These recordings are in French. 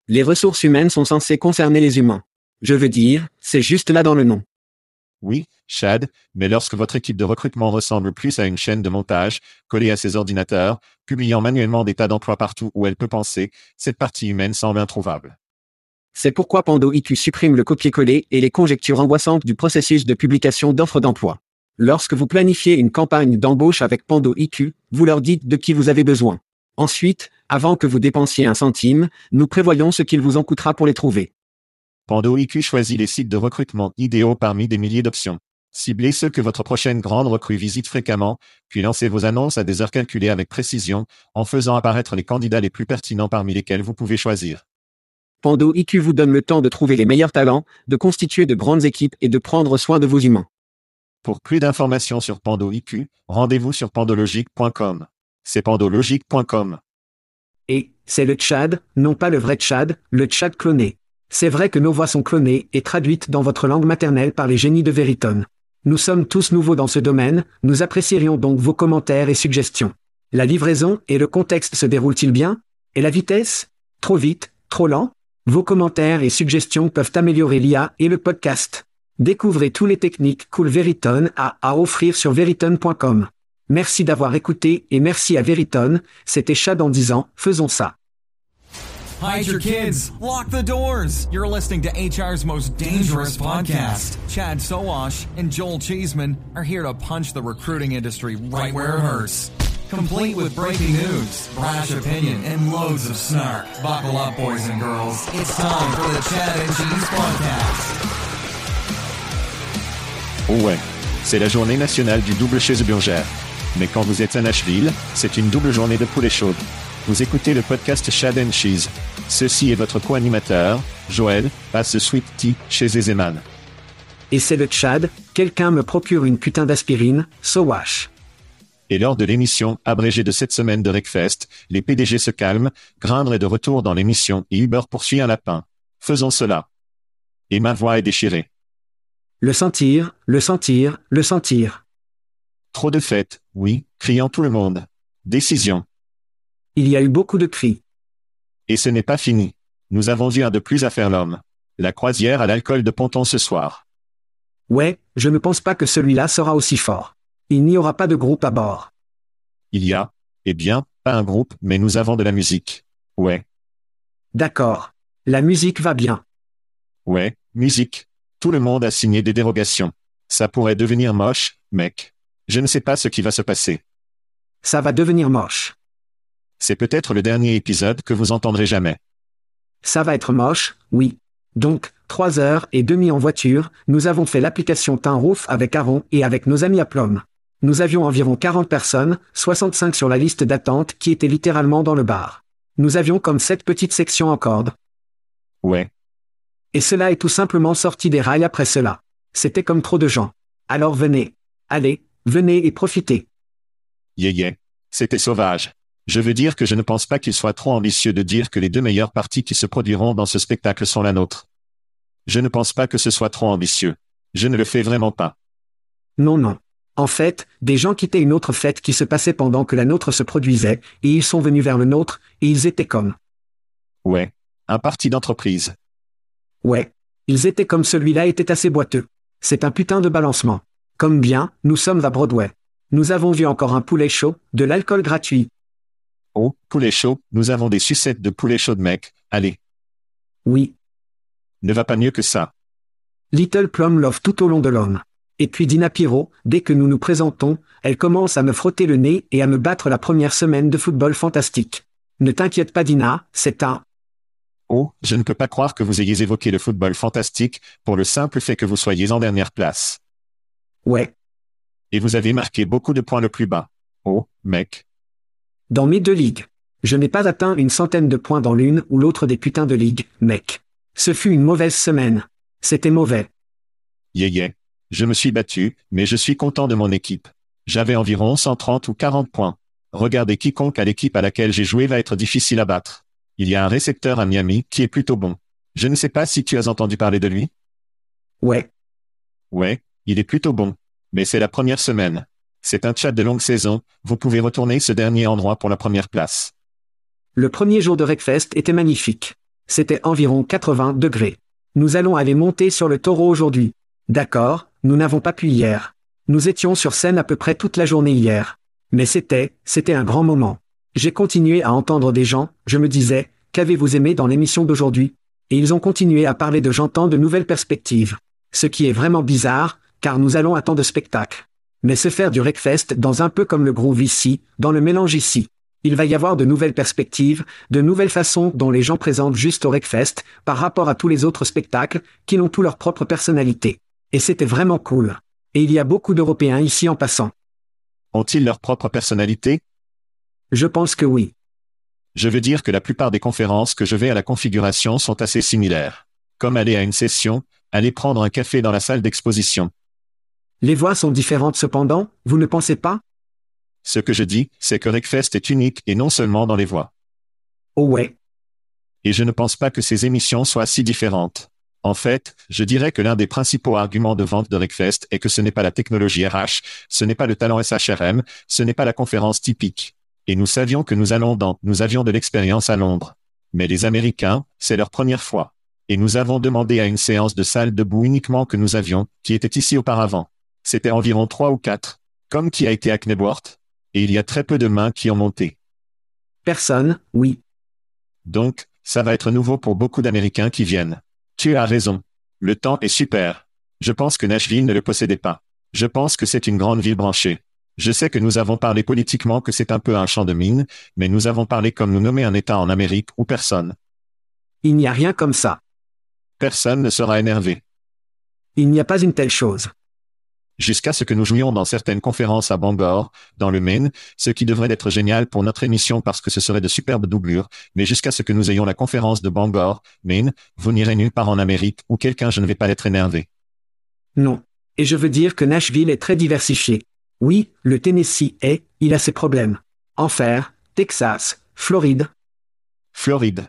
Les ressources humaines sont censées concerner les humains. Je veux dire, c'est juste là dans le nom. Oui, Chad, mais lorsque votre équipe de recrutement ressemble plus à une chaîne de montage, collée à ses ordinateurs, publiant manuellement des tas d'emplois partout où elle peut penser, cette partie humaine semble introuvable. C'est pourquoi Pando IQ supprime le copier-coller et les conjectures angoissantes du processus de publication d'offres d'emploi. Lorsque vous planifiez une campagne d'embauche avec Pando IQ, vous leur dites de qui vous avez besoin. Ensuite, avant que vous dépensiez un centime, nous prévoyons ce qu'il vous en coûtera pour les trouver. Pando IQ choisit les sites de recrutement idéaux parmi des milliers d'options. Ciblez ceux que votre prochaine grande recrue visite fréquemment, puis lancez vos annonces à des heures calculées avec précision, en faisant apparaître les candidats les plus pertinents parmi lesquels vous pouvez choisir. Pando IQ vous donne le temps de trouver les meilleurs talents, de constituer de grandes équipes et de prendre soin de vos humains. Pour plus d'informations sur Pando IQ, rendez-vous sur pandologique.com. C'est pandologique.com. Et, c'est le Tchad, non pas le vrai Tchad, le Tchad cloné. C'est vrai que nos voix sont clonées et traduites dans votre langue maternelle par les génies de Veritone. Nous sommes tous nouveaux dans ce domaine, nous apprécierions donc vos commentaires et suggestions. La livraison et le contexte se déroulent-ils bien? Et la vitesse? Trop vite? Trop lent? Vos commentaires et suggestions peuvent améliorer l'IA et le podcast. Découvrez tous les techniques cool Veritone a à offrir sur veritone.com. Merci d'avoir écouté et merci à Veritone, c'était Chad en disant, faisons ça. Hide your kids. Lock the doors. You're listening to HR's most dangerous podcast. Chad Sowash and Joel Cheeseman are here to punch the recruiting industry right where it hurts. Complete with breaking news, brash opinion, and loads of snark. Buckle up, boys and girls. It's time for the Chad and Cheese podcast. Oh ouais, c'est la journée nationale du double cheeseburger. Mais quand vous êtes à Nashville, c'est une double journée de poulet chaude. Vous écoutez le podcast Chad and Cheese. Ceci est votre co-animateur, Joël, passe Sweet Tea chez Zezeman. Et c'est le Tchad, quelqu'un me procure une putain d'aspirine, Sowash. Et lors de l'émission abrégée de cette semaine de Wreckfest, les PDG se calment, Grindr est de retour dans l'émission et Uber poursuit un lapin. Faisons cela. Et ma voix est déchirée. Le sentir, le sentir, le sentir. Trop de fêtes, oui, criant tout le monde. Décision. Il y a eu beaucoup de cris. Et ce n'est pas fini. Nous avons eu un de plus à faire l'homme. La croisière à l'alcool de Ponton ce soir. Ouais, je ne pense pas que celui-là sera aussi fort. Il n'y aura pas de groupe à bord. Il y a, eh bien, pas un groupe, mais nous avons de la musique. Ouais. D'accord. La musique va bien. Ouais, musique. Tout le monde a signé des dérogations. Ça pourrait devenir moche, mec. Je ne sais pas ce qui va se passer. Ça va devenir moche. C'est peut-être le dernier épisode que vous entendrez jamais. Ça va être moche, oui. Donc, 3h30 en voiture, nous avons fait l'application Tin Roof avec Aaron et avec nos amis à Plum. Nous avions environ 40 personnes, 65 sur la liste d'attente qui étaient littéralement dans le bar. Nous avions comme 7 petites sections en corde. Ouais. Et cela est tout simplement sorti des rails après cela. C'était comme trop de gens. Alors venez. Allez, venez et profitez. Yeah. C'était sauvage. Je veux dire que je ne pense pas qu'il soit trop ambitieux de dire que les deux meilleures parties qui se produiront dans ce spectacle sont la nôtre. Je ne pense pas que ce soit trop ambitieux. Je ne le fais vraiment pas. Non. En fait, des gens quittaient une autre fête qui se passait pendant que la nôtre se produisait, et ils sont venus vers le nôtre, et ils étaient comme... Ouais. Un parti d'entreprise. Ouais. Ils étaient comme celui-là était assez boiteux. C'est un putain de balancement. Comme bien, nous sommes à Broadway. Nous avons vu encore un poulet chaud, de l'alcool gratuit. Oh, poulet chaud, nous avons des sucettes de poulet chaud de mec, allez. Oui. Ne va pas mieux que ça. Little Plum love tout au long de l'homme. Et puis Dina Piro, dès que nous nous présentons, elle commence à me frotter le nez et à me battre la première semaine de football fantastique. Ne t'inquiète pas Dina, c'est un... Oh, je ne peux pas croire que vous ayez évoqué le football fantastique, pour le simple fait que vous soyez en dernière place. Ouais. Et vous avez marqué beaucoup de points le plus bas. Oh, mec. Dans mes 2 ligues. Je n'ai pas atteint une centaine de points dans l'une ou l'autre des putains de ligues, mec. Ce fut une mauvaise semaine. C'était mauvais. Yeah. Je me suis battu, mais je suis content de mon équipe. J'avais environ 130 ou 40 points. Regardez quiconque à l'équipe à laquelle j'ai joué va être difficile à battre. Il y a un récepteur à Miami qui est plutôt bon. Je ne sais pas si tu as entendu parler de lui. Ouais. Ouais, il est plutôt bon. Mais c'est la première semaine. C'est un chat de longue saison, vous pouvez retourner ce dernier endroit pour la première place. Le premier jour de Wreckfest était magnifique. C'était environ 80 degrés. Nous allons aller monter sur le taureau aujourd'hui. D'accord, nous n'avons pas pu hier. Nous étions sur scène à peu près toute la journée hier. Mais c'était un grand moment. J'ai continué à entendre des gens, je me disais, qu'avez-vous aimé dans l'émission d'aujourd'hui? Et ils ont continué à parler de j'entends de nouvelles perspectives. Ce qui est vraiment bizarre, car nous allons à tant de spectacles. Mais se faire du Wreckfest dans un peu comme le groove ici, dans le mélange ici. Il va y avoir de nouvelles perspectives, de nouvelles façons dont les gens présentent juste au Wreckfest, par rapport à tous les autres spectacles, qui ont tous leur propre personnalité. Et c'était vraiment cool. Et il y a beaucoup d'Européens ici en passant. Ont-ils leur propre personnalité? Je pense que oui. Je veux dire que la plupart des conférences que je vais à la configuration sont assez similaires. Comme aller à une session, aller prendre un café dans la salle d'exposition. Les voix sont différentes cependant, vous ne pensez pas? Ce que je dis, c'est que Wreckfest est unique et non seulement dans les voix. Oh ouais. Et je ne pense pas que ces émissions soient si différentes. En fait, je dirais que l'un des principaux arguments de vente de Wreckfest est que ce n'est pas la technologie RH, ce n'est pas le talent SHRM, ce n'est pas la conférence typique. Et nous savions que nous avions de l'expérience à Londres. Mais les Américains, c'est leur première fois. Et nous avons demandé à une séance de salle debout uniquement que nous avions, qui était ici auparavant. C'était environ 3 ou 4. Comme qui a été à Knebworth. Et il y a très peu de mains qui ont monté. Personne, oui. Donc, ça va être nouveau pour beaucoup d'Américains qui viennent. Tu as raison. Le temps est super. Je pense que Nashville ne le possédait pas. Je pense que c'est une grande ville branchée. Je sais que nous avons parlé politiquement que c'est un peu un champ de mine, mais nous avons parlé comme nous nommer un État en Amérique ou personne. Il n'y a rien comme ça. Personne ne sera énervé. Il n'y a pas une telle chose. Jusqu'à ce que nous jouions dans certaines conférences à Bangor, dans le Maine, ce qui devrait être génial pour notre émission parce que ce serait de superbes doublures, mais jusqu'à ce que nous ayons la conférence de Bangor, Maine, vous n'irez nulle part en Amérique ou quelqu'un je ne vais pas être énervé. Non. Et je veux dire que Nashville est très diversifié. Oui, le Tennessee il a ses problèmes. Enfer, Texas, Floride. Floride.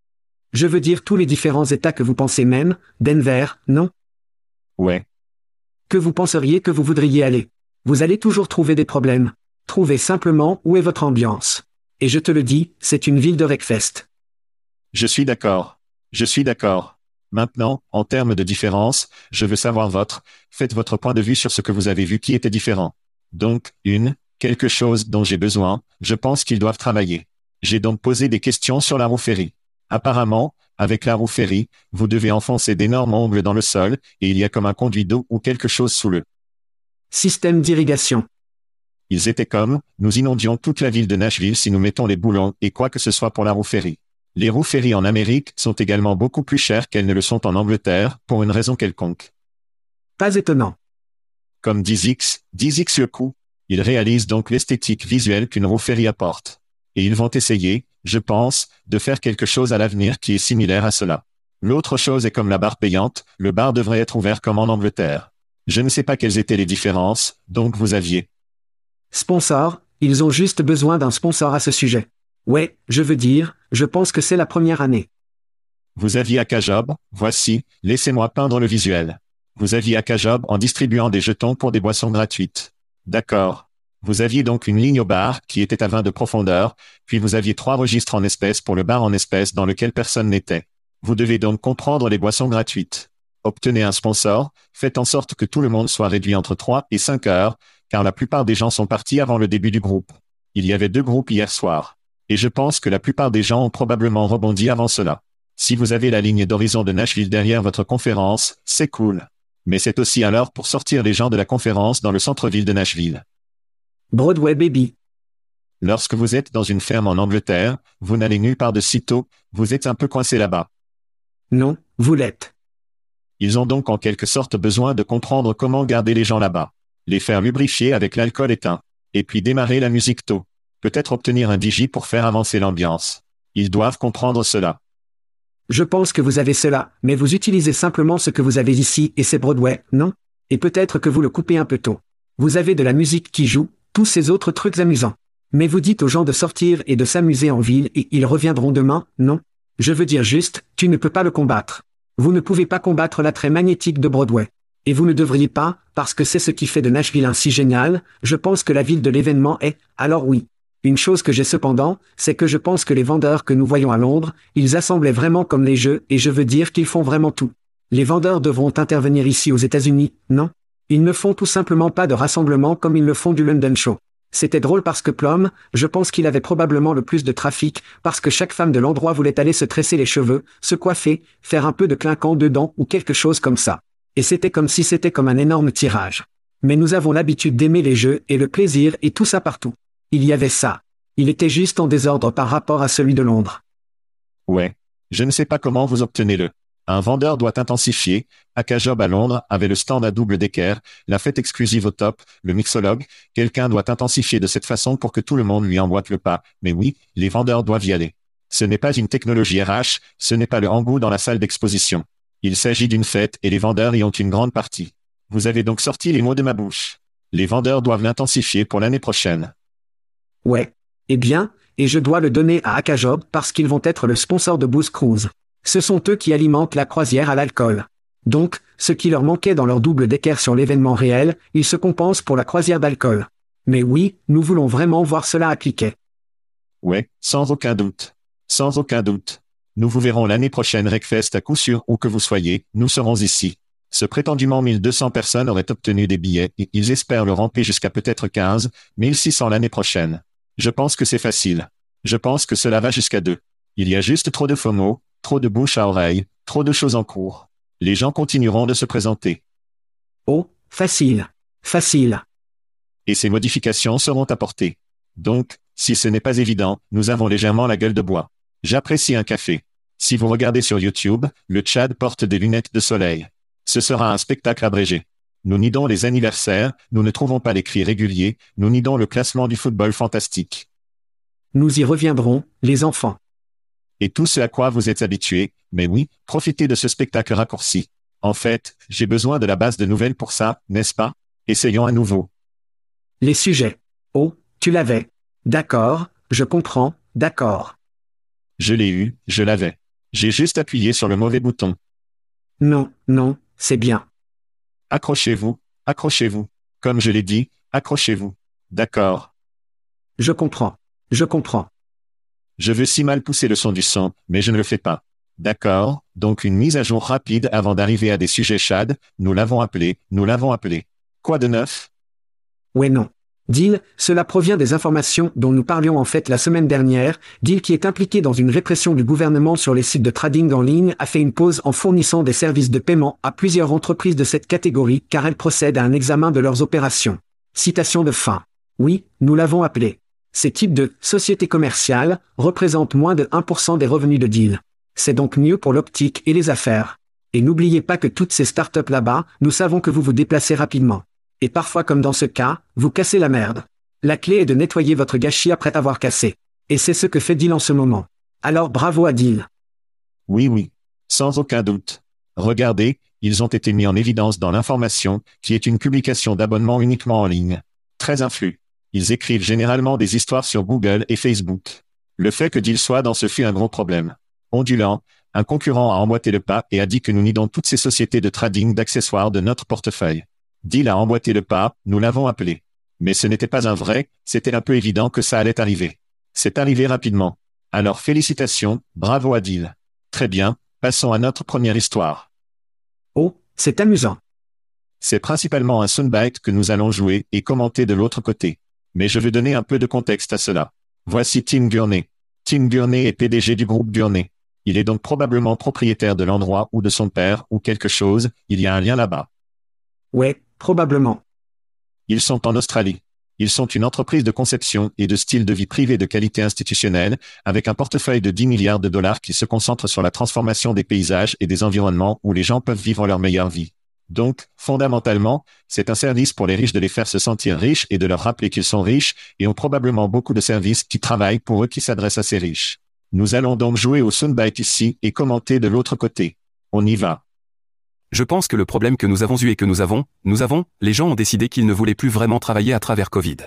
Je veux dire tous les différents États que vous pensez même, Denver, non? Ouais. Que vous penseriez que vous voudriez aller. Vous allez toujours trouver des problèmes. Trouvez simplement où est votre ambiance. Et je te le dis, c'est une ville de Wreckfest. Je suis d'accord. Je suis d'accord. Maintenant, en termes de différence, je veux savoir faites votre point de vue sur ce que vous avez vu qui était différent. Donc, quelque chose dont j'ai besoin, je pense qu'ils doivent travailler. J'ai donc posé des questions sur la roue ferry. Apparemment, avec la roue ferry, vous devez enfoncer d'énormes ongles dans le sol, et il y a comme un conduit d'eau ou quelque chose sous le système d'irrigation. Ils étaient comme, nous inondions toute la ville de Nashville si nous mettons les boulons et quoi que ce soit pour la roue ferry. Les roues ferry en Amérique sont également beaucoup plus chères qu'elles ne le sont en Angleterre, pour une raison quelconque. Pas étonnant. Comme 10x le coût. Ils réalisent donc l'esthétique visuelle qu'une roue ferry apporte. Et ils vont essayer, je pense, de faire quelque chose à l'avenir qui est similaire à cela. L'autre chose est comme la barre payante, le bar devrait être ouvert comme en Angleterre. Je ne sais pas quelles étaient les différences, donc vous aviez. Sponsor, ils ont juste besoin d'un sponsor à ce sujet. Ouais, je veux dire, je pense que c'est la première année. Vous aviez Akajob, voici, laissez-moi peindre le visuel. Vous aviez Akajob en distribuant des jetons pour des boissons gratuites. D'accord. Vous aviez donc une ligne au bar qui était à 20 de profondeur, puis vous aviez 3 registres en espèces pour le bar en espèces dans lequel personne n'était. Vous devez donc comprendre les boissons gratuites. Obtenez un sponsor, faites en sorte que tout le monde soit réduit entre 3 et 5 heures, car la plupart des gens sont partis avant le début du groupe. Il y avait 2 groupes hier soir. Et je pense que la plupart des gens ont probablement rebondi avant cela. Si vous avez la ligne d'horizon de Nashville derrière votre conférence, c'est cool. Mais c'est aussi alors pour sortir les gens de la conférence dans le centre-ville de Nashville. Broadway baby. Lorsque vous êtes dans une ferme en Angleterre, vous n'allez nulle part de sitôt, vous êtes un peu coincé là-bas. Non, vous l'êtes. Ils ont donc en quelque sorte besoin de comprendre comment garder les gens là-bas. Les faire lubrifier avec l'alcool éteint. Et puis démarrer la musique tôt. Peut-être obtenir un DJ pour faire avancer l'ambiance. Ils doivent comprendre cela. Je pense que vous avez cela, mais vous utilisez simplement ce que vous avez ici et c'est Broadway, non? Et peut-être que vous le coupez un peu tôt. Vous avez de la musique qui joue, tous ces autres trucs amusants. Mais vous dites aux gens de sortir et de s'amuser en ville et ils reviendront demain, non? Je veux dire juste, tu ne peux pas le combattre. Vous ne pouvez pas combattre l'attrait magnétique de Broadway. Et vous ne devriez pas, parce que c'est ce qui fait de Nashville un si génial, je pense que la ville de l'événement est, alors oui. Une chose que j'ai cependant, c'est que je pense que les vendeurs que nous voyons à Londres, ils assemblaient vraiment comme les jeux et je veux dire qu'ils font vraiment tout. Les vendeurs devront intervenir ici aux États-Unis, non? Ils ne font tout simplement pas de rassemblement comme ils le font du London Show. C'était drôle parce que Plum, je pense qu'il avait probablement le plus de trafic, parce que chaque femme de l'endroit voulait aller se tresser les cheveux, se coiffer, faire un peu de clinquant dedans ou quelque chose comme ça. Et c'était comme si c'était comme un énorme tirage. Mais nous avons l'habitude d'aimer les jeux et le plaisir et tout ça partout. Il y avait ça. Il était juste en désordre par rapport à celui de Londres. Ouais. Je ne sais pas comment vous obtenez-le. Un vendeur doit intensifier. Akajob à Londres avait le stand à double d'équerre, la fête exclusive au top, le mixologue. Quelqu'un doit intensifier de cette façon pour que tout le monde lui emboîte le pas. Mais oui, les vendeurs doivent y aller. Ce n'est pas une technologie RH, ce n'est pas le hangou dans la salle d'exposition. Il s'agit d'une fête et les vendeurs y ont une grande partie. Vous avez donc sorti les mots de ma bouche. Les vendeurs doivent l'intensifier pour l'année prochaine. Ouais. Eh bien, et je dois le donner à Akajob parce qu'ils vont être le sponsor de Booze Cruise. Ce sont eux qui alimentent la croisière à l'alcool. Donc, ce qui leur manquait dans leur double d'équerre sur l'événement réel, ils se compensent pour la croisière d'alcool. Mais oui, nous voulons vraiment voir cela appliqué. Ouais, sans aucun doute. Sans aucun doute. Nous vous verrons l'année prochaine Wreckfest à coup sûr où que vous soyez, nous serons ici. Ce prétendument 1200 personnes auraient obtenu des billets et ils espèrent le ramper jusqu'à peut-être 15, 1600 l'année prochaine. Je pense que c'est facile. Je pense que cela va jusqu'à 2. Il y a juste trop de FOMO, trop de bouche à oreille, trop de choses en cours. Les gens continueront de se présenter. Oh, facile. Facile. Et ces modifications seront apportées. Donc, si ce n'est pas évident, nous avons légèrement la gueule de bois. J'apprécie un café. Si vous regardez sur YouTube, le Tchad porte des lunettes de soleil. Ce sera un spectacle abrégé. Nous nidons les anniversaires, nous ne trouvons pas les cris réguliers, nous nidons le classement du football fantastique. Nous y reviendrons, les enfants. Et tout ce à quoi vous êtes habitués, mais oui, profitez de ce spectacle raccourci. En fait, j'ai besoin de la base de nouvelles pour ça, n'est-ce pas? Essayons à nouveau. Les sujets. Oh, tu l'avais. D'accord, je comprends, d'accord. Je l'ai eu, je l'avais. J'ai juste appuyé sur le mauvais bouton. Non, non, c'est bien. Accrochez-vous, accrochez-vous. Comme je l'ai dit, accrochez-vous. D'accord. Je comprends. Je comprends. Je veux si mal pousser le son du son, mais je ne le fais pas. D'accord, donc une mise à jour rapide avant d'arriver à des sujets Chad, nous l'avons appelé. Quoi de neuf? Ouais non. Deal, cela provient des informations dont nous parlions en fait la semaine dernière. Deal qui est impliqué dans une répression du gouvernement sur les sites de trading en ligne a fait une pause en fournissant des services de paiement à plusieurs entreprises de cette catégorie car elles procèdent à un examen de leurs opérations. Citation de fin. Oui, nous l'avons appelé. Ces types de sociétés commerciales représentent moins de 1% des revenus de Deal. C'est donc mieux pour l'optique et les affaires. Et n'oubliez pas que toutes ces startups là-bas, nous savons que vous vous déplacez rapidement. Et parfois comme dans ce cas, vous cassez la merde. La clé est de nettoyer votre gâchis après avoir cassé. Et c'est ce que fait Deal en ce moment. Alors bravo à Deal. Oui, sans aucun doute. Regardez, ils ont été mis en évidence dans l'information, qui est une publication d'abonnement uniquement en ligne. Très influe. Ils écrivent généralement des histoires sur Google et Facebook. Le fait que Deal soit dans ce fut un gros problème. Ondulant, un concurrent a emboîté le pas et a dit que nous nidons toutes ces sociétés de trading d'accessoires de notre portefeuille. Deal a emboîté le pas, nous l'avons appelé. Mais ce n'était pas un vrai, c'était un peu évident que ça allait arriver. C'est arrivé rapidement. Alors félicitations, bravo à Deal. Très bien, passons à notre première histoire. Oh, c'est amusant. C'est principalement un soundbite que nous allons jouer et commenter de l'autre côté. Mais je veux donner un peu de contexte à cela. Voici Tim Gurney. Tim Gurney est PDG du groupe Gurney. Il est donc probablement propriétaire de l'endroit ou de son père ou quelque chose, il y a un lien là-bas. Ouais, probablement. Ils sont en Australie. Ils sont une entreprise de conception et de style de vie privé de qualité institutionnelle, avec un portefeuille de 10 milliards de dollars qui se concentre sur la transformation des paysages et des environnements où les gens peuvent vivre leur meilleure vie. Donc, fondamentalement, c'est un service pour les riches de les faire se sentir riches et de leur rappeler qu'ils sont riches et ont probablement beaucoup de services qui travaillent pour eux qui s'adressent à ces riches. Nous allons donc jouer au soundbite ici et commenter de l'autre côté. On y va. Je pense que le problème que nous avons eu et que nous avons, les gens ont décidé qu'ils ne voulaient plus vraiment travailler à travers Covid.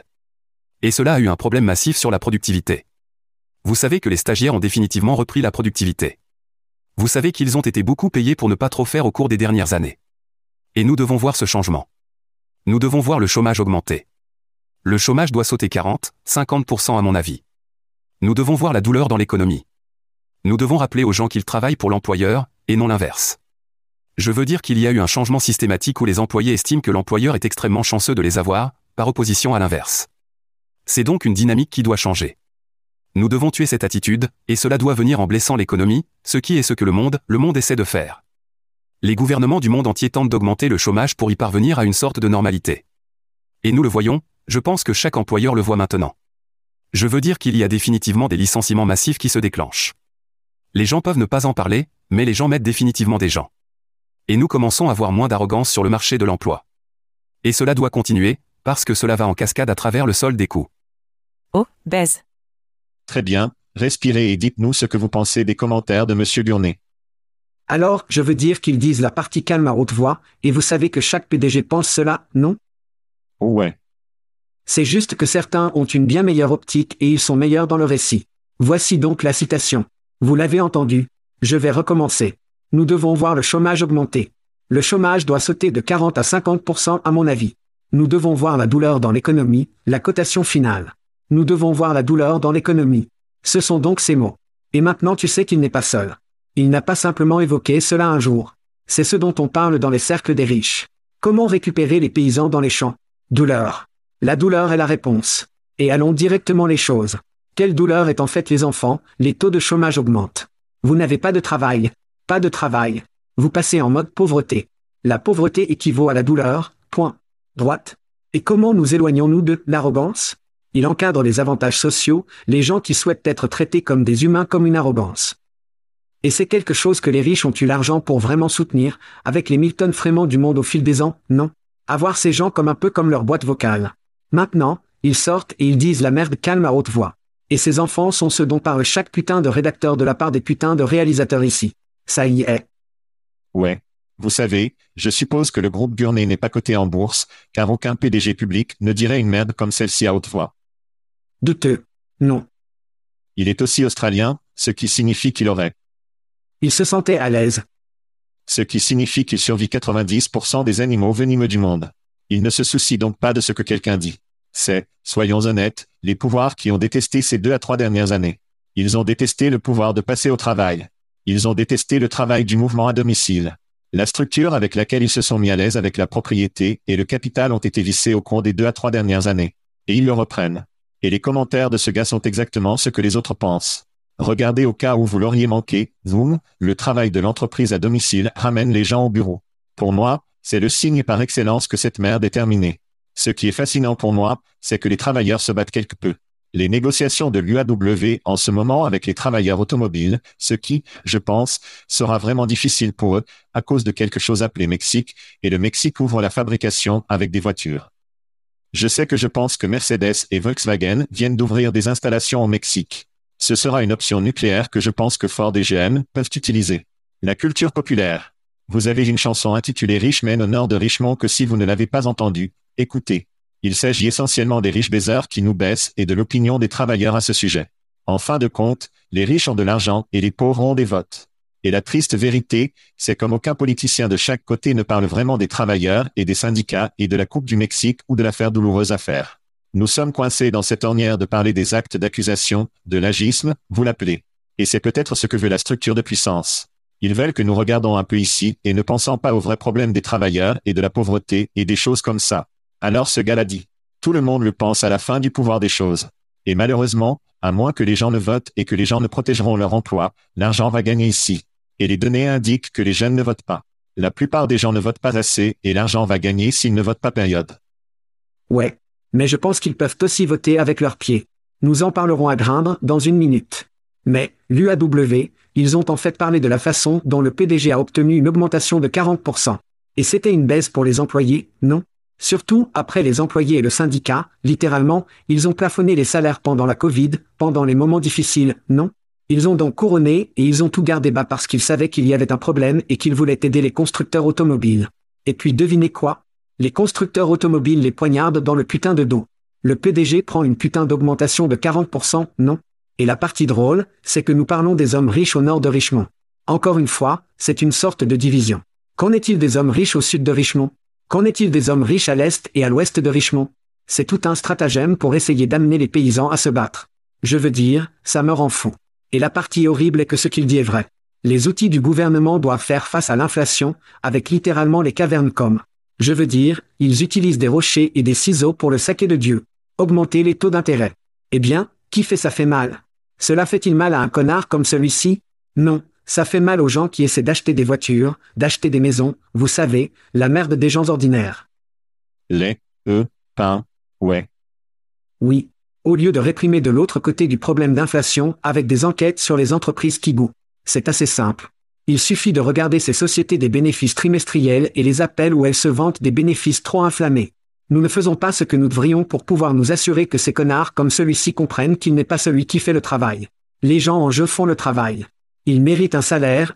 Et cela a eu un problème massif sur la productivité. Vous savez que les stagiaires ont définitivement repris la productivité. Vous savez qu'ils ont été beaucoup payés pour ne pas trop faire au cours des dernières années. Et nous devons voir ce changement. Nous devons voir le chômage augmenter. Le chômage doit sauter 40, 50% à mon avis. Nous devons voir la douleur dans l'économie. Nous devons rappeler aux gens qu'ils travaillent pour l'employeur, et non l'inverse. Je veux dire qu'il y a eu un changement systématique où les employés estiment que l'employeur est extrêmement chanceux de les avoir, par opposition à l'inverse. C'est donc une dynamique qui doit changer. Nous devons tuer cette attitude, et cela doit venir en blessant l'économie, ce qui est ce que le monde essaie de faire. Les gouvernements du monde entier tentent d'augmenter le chômage pour y parvenir à une sorte de normalité. Et nous le voyons, je pense que chaque employeur le voit maintenant. Je veux dire qu'il y a définitivement des licenciements massifs qui se déclenchent. Les gens peuvent ne pas en parler, mais les gens mettent définitivement des gens. Et nous commençons à avoir moins d'arrogance sur le marché de l'emploi. Et cela doit continuer, parce que cela va en cascade à travers le sol des coûts. Oh, baise. Très bien, respirez et dites-nous ce que vous pensez des commentaires de Monsieur Gurney. Alors, je veux dire qu'ils disent la partie calme à haute voix, et vous savez que chaque PDG pense cela, non? Ouais. C'est juste que certains ont une bien meilleure optique et ils sont meilleurs dans le récit. Voici donc la citation. Vous l'avez entendu. Je vais recommencer. Nous devons voir le chômage augmenter. Le chômage doit sauter de 40 à 50% à mon avis. Nous devons voir la douleur dans l'économie, la cotation finale. Nous devons voir la douleur dans l'économie. Ce sont donc ces mots. Et maintenant tu sais qu'il n'est pas seul. Il n'a pas simplement évoqué cela un jour. C'est ce dont on parle dans les cercles des riches. Comment récupérer les paysans dans les champs? Douleur. La douleur est la réponse. Et allons directement les choses. Quelle douleur est en fait les enfants? Les taux de chômage augmentent. Vous n'avez pas de travail. Pas de travail. Vous passez en mode pauvreté. La pauvreté équivaut à la douleur, point. Droite. Et comment nous éloignons-nous de l'arrogance? Il encadre les avantages sociaux, les gens qui souhaitent être traités comme des humains comme une arrogance. Et c'est quelque chose que les riches ont eu l'argent pour vraiment soutenir, avec les Milton Friedman du monde au fil des ans, non? Avoir ces gens comme un peu comme leur boîte vocale. Maintenant, ils sortent et ils disent la merde calme à haute voix. Et ces enfants sont ceux dont parle chaque putain de rédacteur de la part des putains de réalisateurs ici. Ça y est. Ouais. Vous savez, je suppose que le groupe Gurney n'est pas coté en bourse, car aucun PDG public ne dirait une merde comme celle-ci à haute voix. Douteux. Non. Il est aussi australien, ce qui signifie qu'il aurait. Il se sentait à l'aise. Ce qui signifie qu'il survit 90% des animaux venimeux du monde. Il ne se soucie donc pas de ce que quelqu'un dit. C'est, soyons honnêtes, les pouvoirs qui ont détesté ces 2 à 3 dernières années. Ils ont détesté le pouvoir de passer au travail. Ils ont détesté le travail du mouvement à domicile. La structure avec laquelle ils se sont mis à l'aise avec la propriété et le capital ont été vissés au cours des 2 à 3 dernières années. Et ils le reprennent. Et les commentaires de ce gars sont exactement ce que les autres pensent. Regardez au cas où vous l'auriez manqué, Zoom, le travail de l'entreprise à domicile ramène les gens au bureau. Pour moi, c'est le signe par excellence que cette merde est terminée. Ce qui est fascinant pour moi, c'est que les travailleurs se battent quelque peu. Les négociations de l'UAW en ce moment avec les travailleurs automobiles, ce qui, je pense, sera vraiment difficile pour eux, à cause de quelque chose appelé Mexique, et le Mexique ouvre la fabrication avec des voitures. Je sais que je pense que Mercedes et Volkswagen viennent d'ouvrir des installations au Mexique. Ce sera une option nucléaire que je pense que Ford et GM peuvent utiliser. La culture populaire. Vous avez une chanson intitulée Rich Men au nord de Richmond que si vous ne l'avez pas entendue, écoutez. Il s'agit essentiellement des riches baiseurs qui nous baissent et de l'opinion des travailleurs à ce sujet. En fin de compte, les riches ont de l'argent et les pauvres ont des votes. Et la triste vérité, c'est comme aucun politicien de chaque côté ne parle vraiment des travailleurs et des syndicats et de la Coupe du Mexique ou de l'affaire douloureuse à faire. Nous sommes coincés dans cette ornière de parler des actes d'accusation, de l'agisme, vous l'appelez. Et c'est peut-être ce que veut la structure de puissance. Ils veulent que nous regardons un peu ici et ne pensons pas aux vrais problèmes des travailleurs et de la pauvreté et des choses comme ça. Alors ce gars l'a dit. Tout le monde le pense à la fin du pouvoir des choses. Et malheureusement, à moins que les gens ne votent et que les gens ne protégeront leur emploi, l'argent va gagner ici. Et les données indiquent que les jeunes ne votent pas. La plupart des gens ne votent pas assez et l'argent va gagner s'ils ne votent pas période. Ouais. Mais je pense qu'ils peuvent aussi voter avec leurs pieds. Nous en parlerons à Grindr dans une minute. Mais, l'UAW, ils ont en fait parlé de la façon dont le PDG a obtenu une augmentation de 40%. Et c'était une baisse pour les employés, non? Surtout, après les employés et le syndicat, littéralement, ils ont plafonné les salaires pendant la Covid, pendant les moments difficiles, non? Ils ont donc couronné et ils ont tout gardé bas parce qu'ils savaient qu'il y avait un problème et qu'ils voulaient aider les constructeurs automobiles. Et puis devinez quoi? Les constructeurs automobiles les poignardent dans le putain de dos. Le PDG prend une putain d'augmentation de 40%, non? Et la partie drôle, c'est que nous parlons des hommes riches au nord de Richmond. Encore une fois, c'est une sorte de division. Qu'en est-il des hommes riches au sud de Richmond? Qu'en est-il des hommes riches à l'est et à l'ouest de Richmond? C'est tout un stratagème pour essayer d'amener les paysans à se battre. Je veux dire, ça me rend fou. Et la partie horrible est que ce qu'il dit est vrai. Les outils du gouvernement doivent faire face à l'inflation, avec littéralement les cavernes comme. Je veux dire, ils utilisent des rochers et des ciseaux pour le saké de Dieu. Augmenter les taux d'intérêt. Eh bien, qui fait ça fait mal? Cela fait-il mal à un connard comme celui-ci? Non, ça fait mal aux gens qui essaient d'acheter des voitures, d'acheter des maisons, vous savez, la merde des gens ordinaires. Pain, ouais. Oui. Au lieu de réprimer de l'autre côté du problème d'inflation avec des enquêtes sur les entreprises qui gouent. C'est assez simple. Il suffit de regarder ces sociétés des bénéfices trimestriels et les appels où elles se vantent des bénéfices trop inflammés. Nous ne faisons pas ce que nous devrions pour pouvoir nous assurer que ces connards comme celui-ci comprennent qu'il n'est pas celui qui fait le travail. Les gens en jeu font le travail. Ils méritent un salaire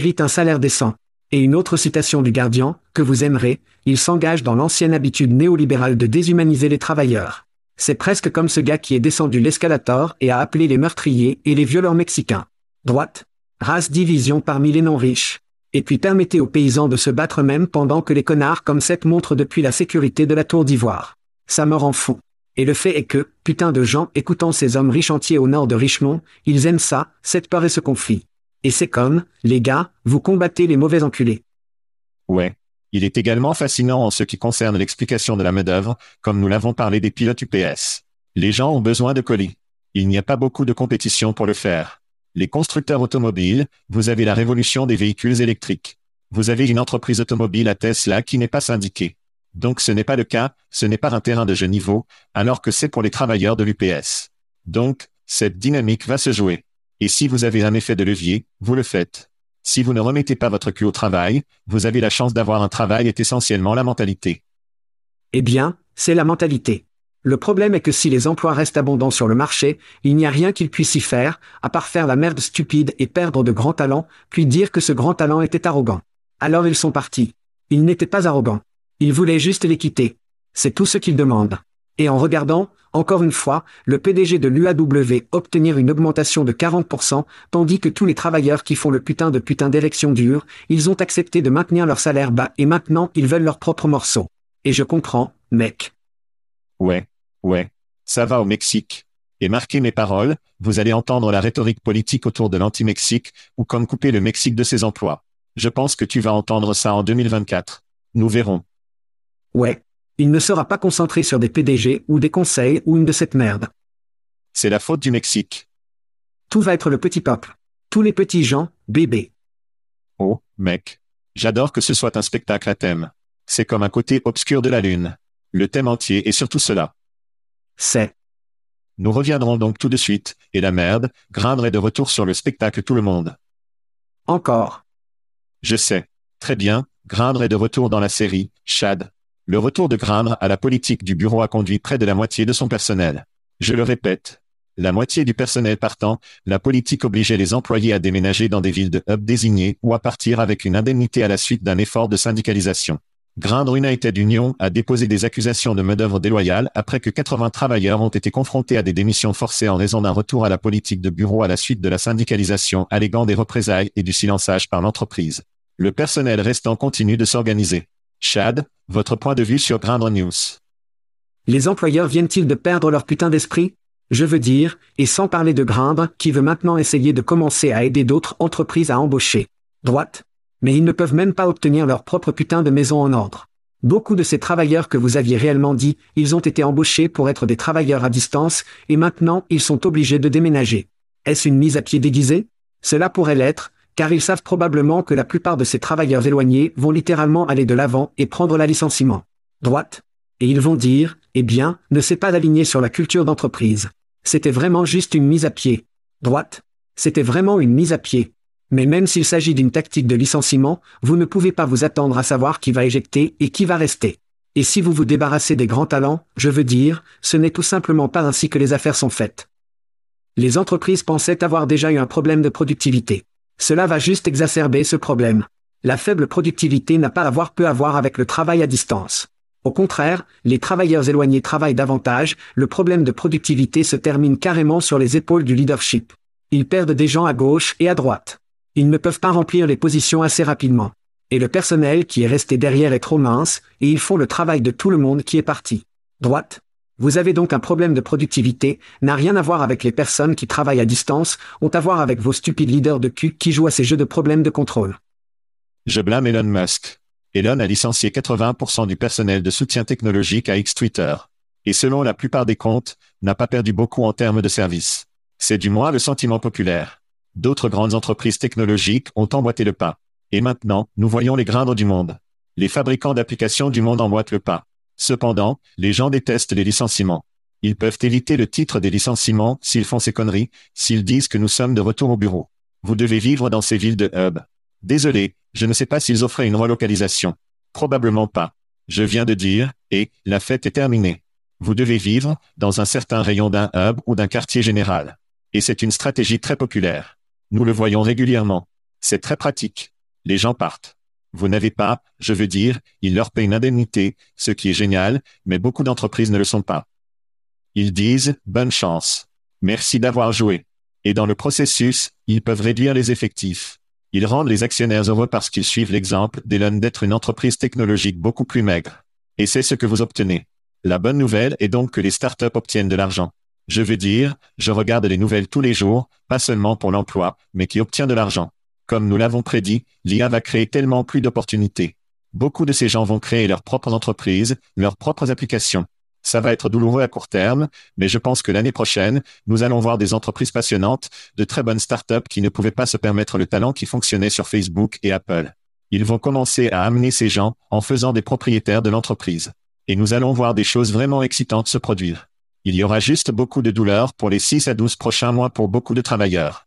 décent. Et une autre citation du Guardian, que vous aimerez, il s'engage dans l'ancienne habitude néolibérale de déshumaniser les travailleurs. C'est presque comme ce gars qui est descendu l'escalator et a appelé les meurtriers et les violeurs mexicains. Droite. Race division parmi les non-riches. Et puis permettez aux paysans de se battre même pendant que les connards comme cette montrent depuis la sécurité de la tour d'ivoire. Ça me rend fou. Et le fait est que, putain de gens écoutant ces hommes riches entiers au nord de Richmond, ils aiment ça, cette peur et ce conflit. Et c'est comme, les gars, vous combattez les mauvais enculés. Ouais. Il est également fascinant en ce qui concerne l'explication de la main-d'œuvre, comme nous l'avons parlé des pilotes UPS. Les gens ont besoin de colis. Il n'y a pas beaucoup de compétition pour le faire. Les constructeurs automobiles, vous avez la révolution des véhicules électriques. Vous avez une entreprise automobile à Tesla qui n'est pas syndiquée. Donc ce n'est pas le cas, ce n'est pas un terrain de jeu niveau, alors que c'est pour les travailleurs de l'UPS. Donc, cette dynamique va se jouer. Et si vous avez un effet de levier, vous le faites. Si vous ne remettez pas votre cul au travail, vous avez la chance d'avoir un travail est essentiellement la mentalité. Eh bien, c'est la mentalité. Le problème est que si les emplois restent abondants sur le marché, il n'y a rien qu'ils puissent y faire, à part faire la merde stupide et perdre de grands talents, puis dire que ce grand talent était arrogant. Alors ils sont partis. Ils n'étaient pas arrogants. Ils voulaient juste les quitter. C'est tout ce qu'ils demandent. Et en regardant, encore une fois, le PDG de l'UAW obtenir une augmentation de 40%, tandis que tous les travailleurs qui font le putain d'élection dure, ils ont accepté de maintenir leur salaire bas et maintenant ils veulent leur propre morceau. Et je comprends, mec. Ouais. Ça va au Mexique. Et marquez mes paroles, vous allez entendre la rhétorique politique autour de l'anti-Mexique, ou comme couper le Mexique de ses emplois. Je pense que tu vas entendre ça en 2024. Nous verrons. Ouais. Il ne sera pas concentré sur des PDG ou des conseils ou une de cette merde. C'est la faute du Mexique. Tout va être le petit peuple. Tous les petits gens, bébés. Oh, mec. J'adore que ce soit un spectacle à thème. C'est comme un côté obscur de la lune. Le thème entier est surtout cela. C'est. Nous reviendrons donc tout de suite, et la merde, Grindr est de retour sur le spectacle tout le monde. Encore. Je sais. Très bien, Grindr est de retour dans la série, Chad. Le retour de Grindr à la politique du bureau a conduit près de la moitié de son personnel. Je le répète. La moitié du personnel partant, la politique obligeait les employés à déménager dans des villes de hub désignées ou à partir avec une indemnité à la suite d'un effort de syndicalisation. Grindr United Union a déposé des accusations de main-d'œuvre déloyale après que 80 travailleurs ont été confrontés à des démissions forcées en raison d'un retour à la politique de bureau à la suite de la syndicalisation alléguant des représailles et du silençage par l'entreprise. Le personnel restant continue de s'organiser. Chad, votre point de vue sur Grindr News. Les employeurs viennent-ils de perdre leur putain d'esprit? Je veux dire, et sans parler de Grindr, qui veut maintenant essayer de commencer à aider d'autres entreprises à embaucher. Droite. Mais ils ne peuvent même pas obtenir leur propre putain de maison en ordre. Beaucoup de ces travailleurs que vous aviez réellement dit, ils ont été embauchés pour être des travailleurs à distance, et maintenant ils sont obligés de déménager. Est-ce une mise à pied déguisée? Cela pourrait l'être, car ils savent probablement que la plupart de ces travailleurs éloignés vont littéralement aller de l'avant et prendre la licenciement. Droite. Et ils vont dire, eh bien, ne s'est pas aligné sur la culture d'entreprise. C'était vraiment juste une mise à pied. Droite. C'était vraiment une mise à pied. Mais même s'il s'agit d'une tactique de licenciement, vous ne pouvez pas vous attendre à savoir qui va éjecter et qui va rester. Et si vous vous débarrassez des grands talents, je veux dire, ce n'est tout simplement pas ainsi que les affaires sont faites. Les entreprises pensaient avoir déjà eu un problème de productivité. Cela va juste exacerber ce problème. La faible productivité n'a pas peu à voir avec le travail à distance. Au contraire, les travailleurs éloignés travaillent davantage, le problème de productivité se termine carrément sur les épaules du leadership. Ils perdent des gens à gauche et à droite. Ils ne peuvent pas remplir les positions assez rapidement. Et le personnel qui est resté derrière est trop mince, et ils font le travail de tout le monde qui est parti. Droite. Vous avez donc un problème de productivité, n'a rien à voir avec les personnes qui travaillent à distance, ont à voir avec vos stupides leaders de cul qui jouent à ces jeux de problèmes de contrôle. Je blâme Elon Musk. Elon a licencié 80% du personnel de soutien technologique à X Twitter. Et selon la plupart des comptes, n'a pas perdu beaucoup en termes de services. C'est du moins le sentiment populaire. D'autres grandes entreprises technologiques ont emboîté le pas. Et maintenant, nous voyons les grindres du monde. Les fabricants d'applications du monde emboîtent le pas. Cependant, les gens détestent les licenciements. Ils peuvent éviter le titre des licenciements s'ils font ces conneries, s'ils disent que nous sommes de retour au bureau. Vous devez vivre dans ces villes de hub. Désolé, je ne sais pas s'ils offraient une relocalisation. Probablement pas. Je viens de dire, et la fête est terminée. Vous devez vivre dans un certain rayon d'un hub ou d'un quartier général. Et c'est une stratégie très populaire. Nous le voyons régulièrement. C'est très pratique. Les gens partent. Vous n'avez pas, je veux dire, ils leur paient une indemnité, ce qui est génial, mais beaucoup d'entreprises ne le sont pas. Ils disent « bonne chance ». Merci d'avoir joué. Et dans le processus, ils peuvent réduire les effectifs. Ils rendent les actionnaires heureux parce qu'ils suivent l'exemple d'Elon d'être une entreprise technologique beaucoup plus maigre. Et c'est ce que vous obtenez. La bonne nouvelle est donc que les startups obtiennent de l'argent. Je veux dire, je regarde les nouvelles tous les jours, pas seulement pour l'emploi, mais qui obtient de l'argent. Comme nous l'avons prédit, l'IA va créer tellement plus d'opportunités. Beaucoup de ces gens vont créer leurs propres entreprises, leurs propres applications. Ça va être douloureux à court terme, mais je pense que l'année prochaine, nous allons voir des entreprises passionnantes, de très bonnes startups qui ne pouvaient pas se permettre le talent qui fonctionnait sur Facebook et Apple. Ils vont commencer à amener ces gens en faisant des propriétaires de l'entreprise. Et nous allons voir des choses vraiment excitantes se produire. Il y aura juste beaucoup de douleur pour les 6 à 12 prochains mois pour beaucoup de travailleurs.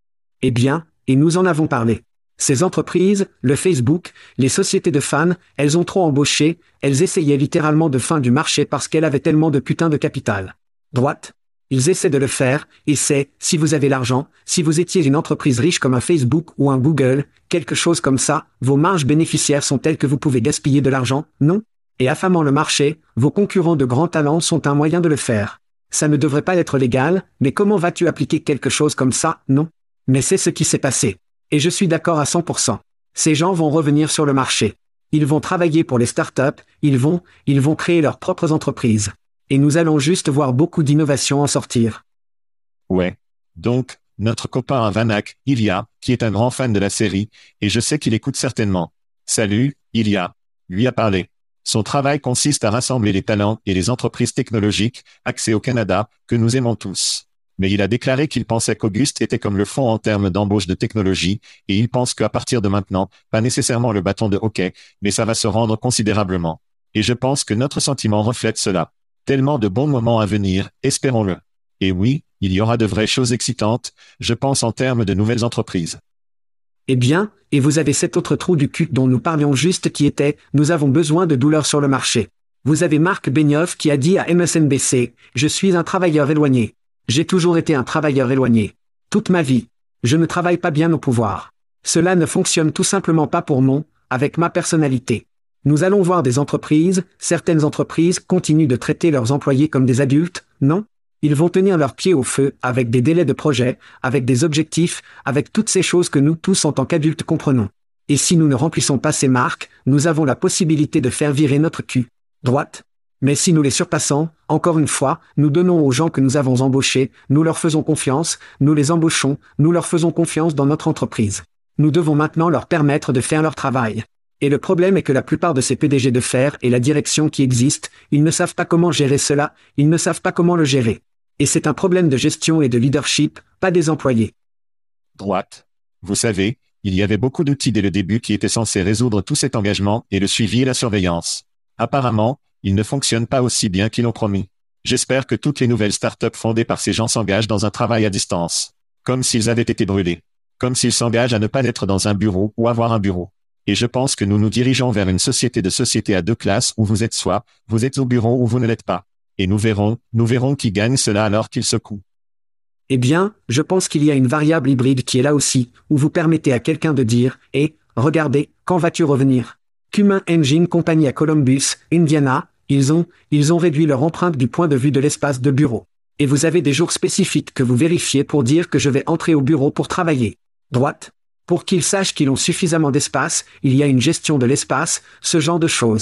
Eh bien, et nous en avons parlé. Ces entreprises, le Facebook, les sociétés de fans, elles ont trop embauché, elles essayaient littéralement de fin du marché parce qu'elles avaient tellement de putain de capital. Droite. Ils essaient de le faire, et c'est, si vous avez l'argent, si vous étiez une entreprise riche comme un Facebook ou un Google, quelque chose comme ça, vos marges bénéficiaires sont telles que vous pouvez gaspiller de l'argent, non? Et affamant le marché, vos concurrents de grands talents sont un moyen de le faire. Ça ne devrait pas être légal, mais comment vas-tu appliquer quelque chose comme ça, non? Mais c'est ce qui s'est passé. Et je suis d'accord à 100%. Ces gens vont revenir sur le marché. Ils vont travailler pour les startups, ils vont créer leurs propres entreprises. Et nous allons juste voir beaucoup d'innovations en sortir. Ouais. Donc, notre copain Vanak, Ilya, qui est un grand fan de la série, et je sais qu'il écoute certainement. Salut, Ilya. Lui a parlé. Son travail consiste à rassembler les talents et les entreprises technologiques, axées au Canada, que nous aimons tous. Mais il a déclaré qu'il pensait qu'Auguste était comme le fond en termes d'embauche de technologie, et il pense qu'à partir de maintenant, pas nécessairement le bâton de hockey, mais ça va se rendre considérablement. Et je pense que notre sentiment reflète cela. Tellement de bons moments à venir, espérons-le. Et oui, il y aura de vraies choses excitantes, je pense en termes de nouvelles entreprises. Eh bien, et vous avez cet autre trou du cul dont nous parlions juste qui était « Nous avons besoin de douleur sur le marché ». Vous avez Marc Benioff qui a dit à MSNBC « Je suis un travailleur éloigné. J'ai toujours été un travailleur éloigné. Toute ma vie. Je ne travaille pas bien au pouvoir. Cela ne fonctionne tout simplement pas pour moi, avec ma personnalité. Nous allons voir des entreprises, certaines entreprises continuent de traiter leurs employés comme des adultes, non? Ils vont tenir leurs pieds au feu avec des délais de projet, avec des objectifs, avec toutes ces choses que nous tous en tant qu'adultes comprenons. Et si nous ne remplissons pas ces marques, nous avons la possibilité de faire virer notre cul. Droite. Mais si nous les surpassons, encore une fois, nous donnons aux gens que nous avons embauchés, nous leur faisons confiance, nous les embauchons, nous leur faisons confiance dans notre entreprise. Nous devons maintenant leur permettre de faire leur travail. Et le problème est que la plupart de ces PDG de fer et la direction qui existent, ils ne savent pas comment gérer cela, ils ne savent pas comment le gérer. Et c'est un problème de gestion et de leadership, pas des employés. Droite. Vous savez, il y avait beaucoup d'outils dès le début qui étaient censés résoudre tout cet engagement et le suivi et la surveillance. Apparemment, ils ne fonctionnent pas aussi bien qu'ils l'ont promis. J'espère que toutes les nouvelles startups fondées par ces gens s'engagent dans un travail à distance. Comme s'ils avaient été brûlés. Comme s'ils s'engagent à ne pas être dans un bureau ou avoir un bureau. Et je pense que nous nous dirigeons vers une société à deux classes où vous êtes au bureau ou vous ne l'êtes pas. Et nous verrons qui gagne cela alors qu'il secoue. Eh bien, je pense qu'il y a une variable hybride qui est là aussi, où vous permettez à quelqu'un de dire « Eh, regardez, quand vas-tu revenir ?» Cumin Engine Company à Columbus, Indiana, ils ont réduit leur empreinte du point de vue de l'espace de bureau. Et vous avez des jours spécifiques que vous vérifiez pour dire que je vais entrer au bureau pour travailler. Droite. Pour qu'ils sachent qu'ils ont suffisamment d'espace, il y a une gestion de l'espace, ce genre de choses.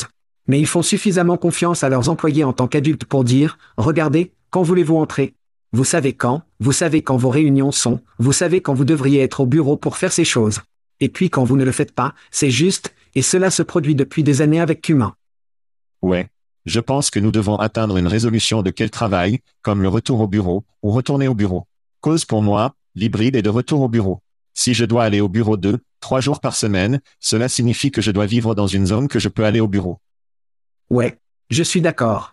Mais ils font suffisamment confiance à leurs employés en tant qu'adultes pour dire, regardez, quand voulez-vous entrer? Vous savez quand vos réunions sont, vous savez quand vous devriez être au bureau pour faire ces choses. Et puis quand vous ne le faites pas, c'est juste, et cela se produit depuis des années avec Cumin. Ouais. Je pense que nous devons atteindre une résolution de quel travail, comme le retour au bureau, ou retourner au bureau. Cause pour moi, l'hybride est de retour au bureau. Si je dois aller au bureau 2, 3 jours par semaine, cela signifie que je dois vivre dans une zone que je peux aller au bureau. Ouais, je suis d'accord.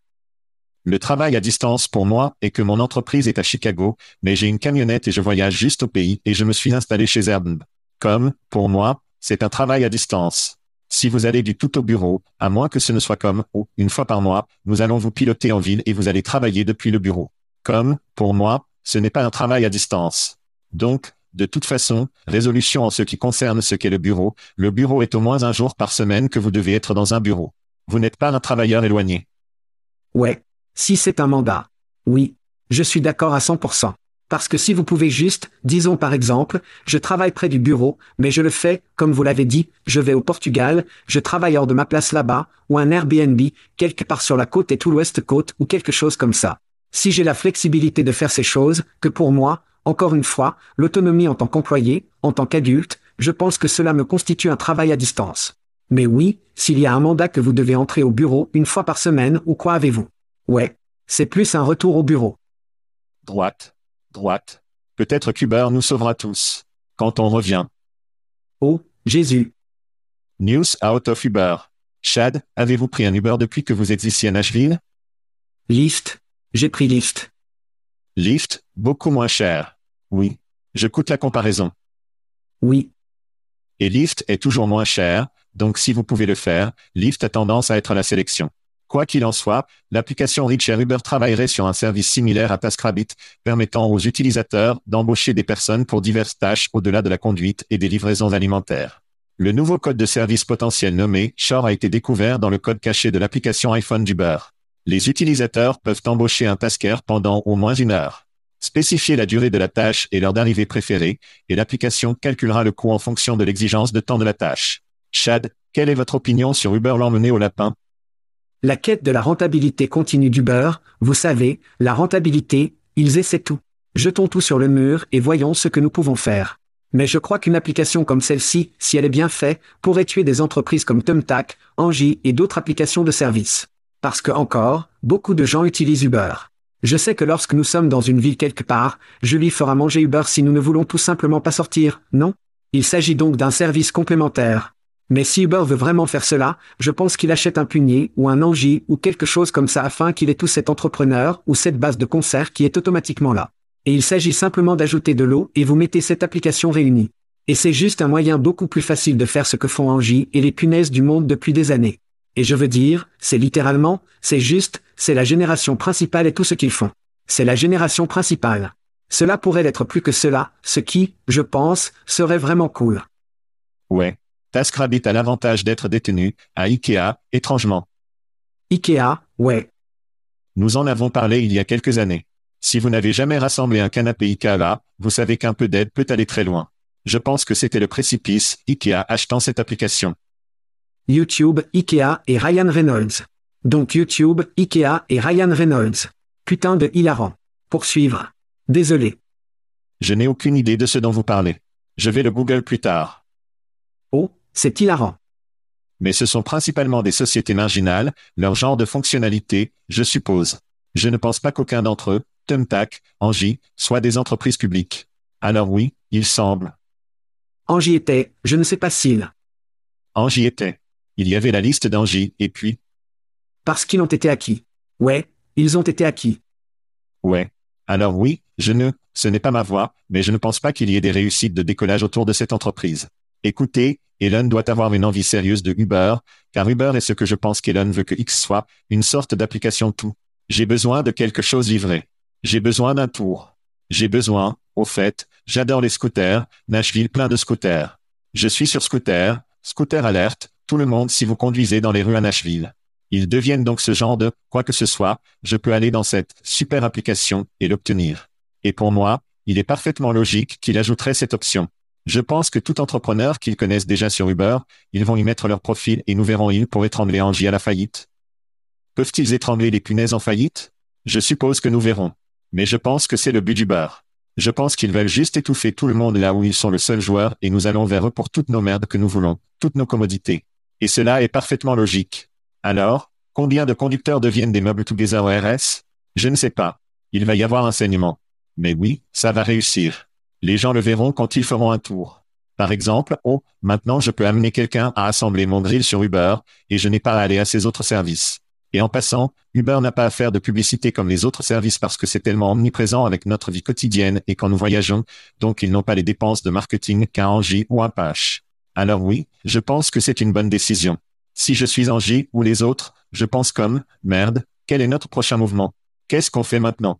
Le travail à distance pour moi est que mon entreprise est à Chicago, mais j'ai une camionnette et je voyage juste au pays et je me suis installé chez Airbnb. Comme, pour moi, c'est un travail à distance. Si vous allez du tout au bureau, à moins que ce ne soit comme, une fois par mois, nous allons vous piloter en ville et vous allez travailler depuis le bureau. Comme, pour moi, ce n'est pas un travail à distance. Donc, de toute façon, résolution en ce qui concerne ce qu'est le bureau est au moins un jour par semaine que vous devez être dans un bureau. Vous n'êtes pas un travailleur éloigné. Ouais. Si c'est un mandat. Oui. Je suis d'accord à 100%. Parce que si vous pouvez juste, disons par exemple, je travaille près du bureau, mais je le fais, comme vous l'avez dit, je vais au Portugal, je travaille hors de ma place là-bas, ou un Airbnb, quelque part sur la côte et tout l'ouest côte, ou quelque chose comme ça. Si j'ai la flexibilité de faire ces choses, que pour moi, encore une fois, l'autonomie en tant qu'employé, en tant qu'adulte, je pense que cela me constitue un travail à distance. Mais oui, s'il y a un mandat que vous devez entrer au bureau une fois par semaine, ou quoi avez-vous? Ouais. C'est plus un retour au bureau. Droite. Peut-être qu'Uber nous sauvera tous. Quand on revient. Oh, Jésus. News out of Uber. Chad, avez-vous pris un Uber depuis que vous êtes ici à Nashville? Lyft. J'ai pris Lyft. Lyft, beaucoup moins cher. Oui. Je coûte la comparaison. Oui. Et Lyft est toujours moins cher, donc si vous pouvez le faire, Lyft a tendance à être la sélection. Quoi qu'il en soit, l'application Rideshare Uber travaillerait sur un service similaire à TaskRabbit, permettant aux utilisateurs d'embaucher des personnes pour diverses tâches au-delà de la conduite et des livraisons alimentaires. Le nouveau code de service potentiel nommé Shore a été découvert dans le code caché de l'application iPhone d'Uber. Les utilisateurs peuvent embaucher un tasker pendant au moins 1 heure. Spécifier la durée de la tâche et l'heure d'arrivée préférée, et l'application calculera le coût en fonction de l'exigence de temps de la tâche. Chad, quelle est votre opinion sur Uber l'emmener au lapin? La quête de la rentabilité continue d'Uber, vous savez, la rentabilité, ils essaient tout. Jetons tout sur le mur et voyons ce que nous pouvons faire. Mais je crois qu'une application comme celle-ci, si elle est bien faite, pourrait tuer des entreprises comme Thumbtack, Angie et d'autres applications de services. Parce que encore, beaucoup de gens utilisent Uber. Je sais que lorsque nous sommes dans une ville quelque part, Julie fera manger Uber si nous ne voulons tout simplement pas sortir, non? Il s'agit donc d'un service complémentaire. Mais si Uber veut vraiment faire cela, je pense qu'il achète un Punier ou un Angie ou quelque chose comme ça afin qu'il ait tout cet entrepreneur ou cette base de concert qui est automatiquement là. Et il s'agit simplement d'ajouter de l'eau et vous mettez cette application réunie. Et c'est juste un moyen beaucoup plus facile de faire ce que font Angie et les punaises du monde depuis des années. Et je veux dire, c'est littéralement, c'est juste, c'est la génération principale et tout ce qu'ils font. C'est la génération principale. Cela pourrait être plus que cela, ce qui, je pense, serait vraiment cool. Ouais. TaskRabbit a l'avantage d'être détenu, à Ikea, étrangement. Ikea, ouais. Nous en avons parlé il y a quelques années. Si vous n'avez jamais rassemblé un canapé Ikea là, vous savez qu'un peu d'aide peut aller très loin. Je pense que c'était le précipice, Ikea achetant cette application. YouTube, Ikea et Ryan Reynolds. Donc YouTube, Ikea et Ryan Reynolds. Putain de hilarant. Poursuivre. Désolé. Je n'ai aucune idée de ce dont vous parlez. Je vais le Google plus tard. Oh, c'est hilarant. Mais ce sont principalement des sociétés marginales, leur genre de fonctionnalité, je suppose. Je ne pense pas qu'aucun d'entre eux, Thumbtack, Angie, soient des entreprises publiques. Alors oui, il semble. Angie était, je ne sais pas s'il. Angie était. Il y avait la liste d'Angie, et puis... Parce qu'ils ont été acquis. Ouais, ils ont été acquis. Ouais. Alors oui, ce n'est pas ma voix, mais je ne pense pas qu'il y ait des réussites de décollage autour de cette entreprise. Écoutez, Elon doit avoir une envie sérieuse de Uber, car Uber est ce que je pense qu'Elon veut que X soit, une sorte d'application tout. J'ai besoin de quelque chose livré. J'ai besoin d'un tour. J'ai besoin, au fait, j'adore les scooters, Nashville plein de scooters. Je suis sur scooter alerte, tout le monde si vous conduisez dans les rues à Nashville. Ils deviennent donc ce genre de, quoi que ce soit, je peux aller dans cette super application et l'obtenir. Et pour moi, il est parfaitement logique qu'il ajouterait cette option. Je pense que tout entrepreneur qu'ils connaissent déjà sur Uber, ils vont y mettre leur profil et nous verrons ils pour étrangler Angie à la faillite. Peuvent-ils étrangler les punaises en faillite? Je suppose que nous verrons. Mais je pense que c'est le but d'Uber. Je pense qu'ils veulent juste étouffer tout le monde là où ils sont le seul joueur et nous allons vers eux pour toutes nos merdes que nous voulons, toutes nos commodités. Et cela est parfaitement logique. Alors, combien de conducteurs deviennent des meubles Together RS? Je ne sais pas. Il va y avoir un saignement. Mais oui, ça va réussir. Les gens le verront quand ils feront un tour. Par exemple, maintenant je peux amener quelqu'un à assembler mon grill sur Uber, et je n'ai pas à aller à ces autres services. Et en passant, Uber n'a pas à faire de publicité comme les autres services parce que c'est tellement omniprésent avec notre vie quotidienne et quand nous voyageons, donc ils n'ont pas les dépenses de marketing qu'un Angie ou un Apache. Alors oui, je pense que c'est une bonne décision. Si je suis Angie ou les autres, je pense comme, merde, quel est notre prochain mouvement? Qu'est-ce qu'on fait maintenant?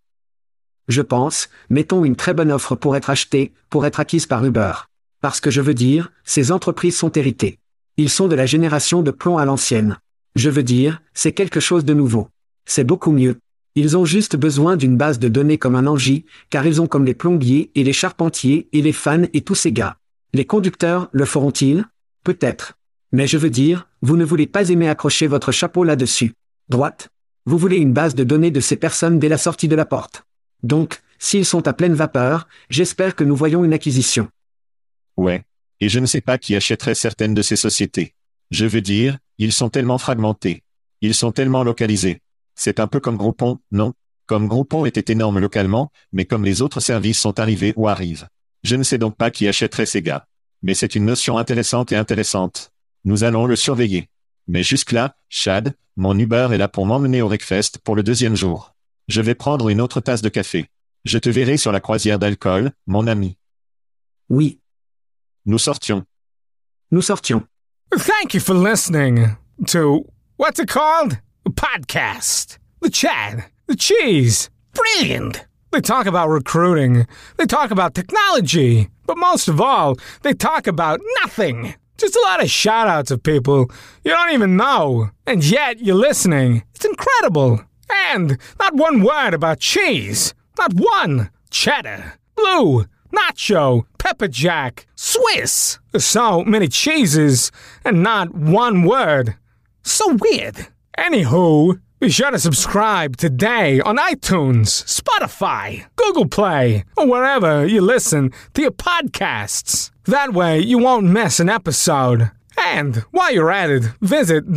Je pense, mettons une très bonne offre pour être achetée, pour être acquise par Uber. Parce que je veux dire, ces entreprises sont héritées. Ils sont de la génération de plomb à l'ancienne. Je veux dire, c'est quelque chose de nouveau. C'est beaucoup mieux. Ils ont juste besoin d'une base de données comme un Angie, car ils ont comme les plombiers et les charpentiers et les fans et tous ces gars. Les conducteurs, le feront-ils? Peut-être. Mais je veux dire, vous ne voulez pas aimer accrocher votre chapeau là-dessus. Droite. Vous voulez une base de données de ces personnes dès la sortie de la porte. Donc, s'ils sont à pleine vapeur, j'espère que nous voyons une acquisition. Ouais. Et je ne sais pas qui achèterait certaines de ces sociétés. Je veux dire, ils sont tellement fragmentés. Ils sont tellement localisés. C'est un peu comme Groupon, non? Comme Groupon était énorme localement, mais comme les autres services sont arrivés ou arrivent. Je ne sais donc pas qui achèterait ces gars. Mais c'est une notion intéressante et intéressante. Nous allons le surveiller. Mais jusque-là, Chad, mon Uber est là pour m'emmener au Wreckfest pour le 2e jour. Je vais prendre une autre tasse de café. Je te verrai sur la croisière d'alcool, mon ami. Oui. Nous sortions. Nous sortions. Thank you for listening to, what's it called? A podcast. The Chad. The Cheese. Brilliant. They talk about recruiting. They talk about technology. But most of all, they talk about nothing. Just a lot of shout-outs of people you don't even know. And yet you're listening. It's incredible. And not one word about cheese. Not one. Cheddar. Blue. Nacho. Pepper Jack. Swiss. So many cheeses and not one word. So weird. Anywho, be sure to subscribe today on iTunes, Spotify, Google Play, or wherever you listen to your podcasts. That way you won't miss an episode. And while you're at it, visit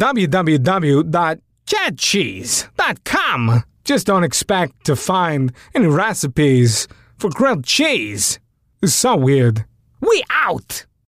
www.chadcheese.com. Just don't expect to find any recipes for grilled cheese. It's so weird. We out!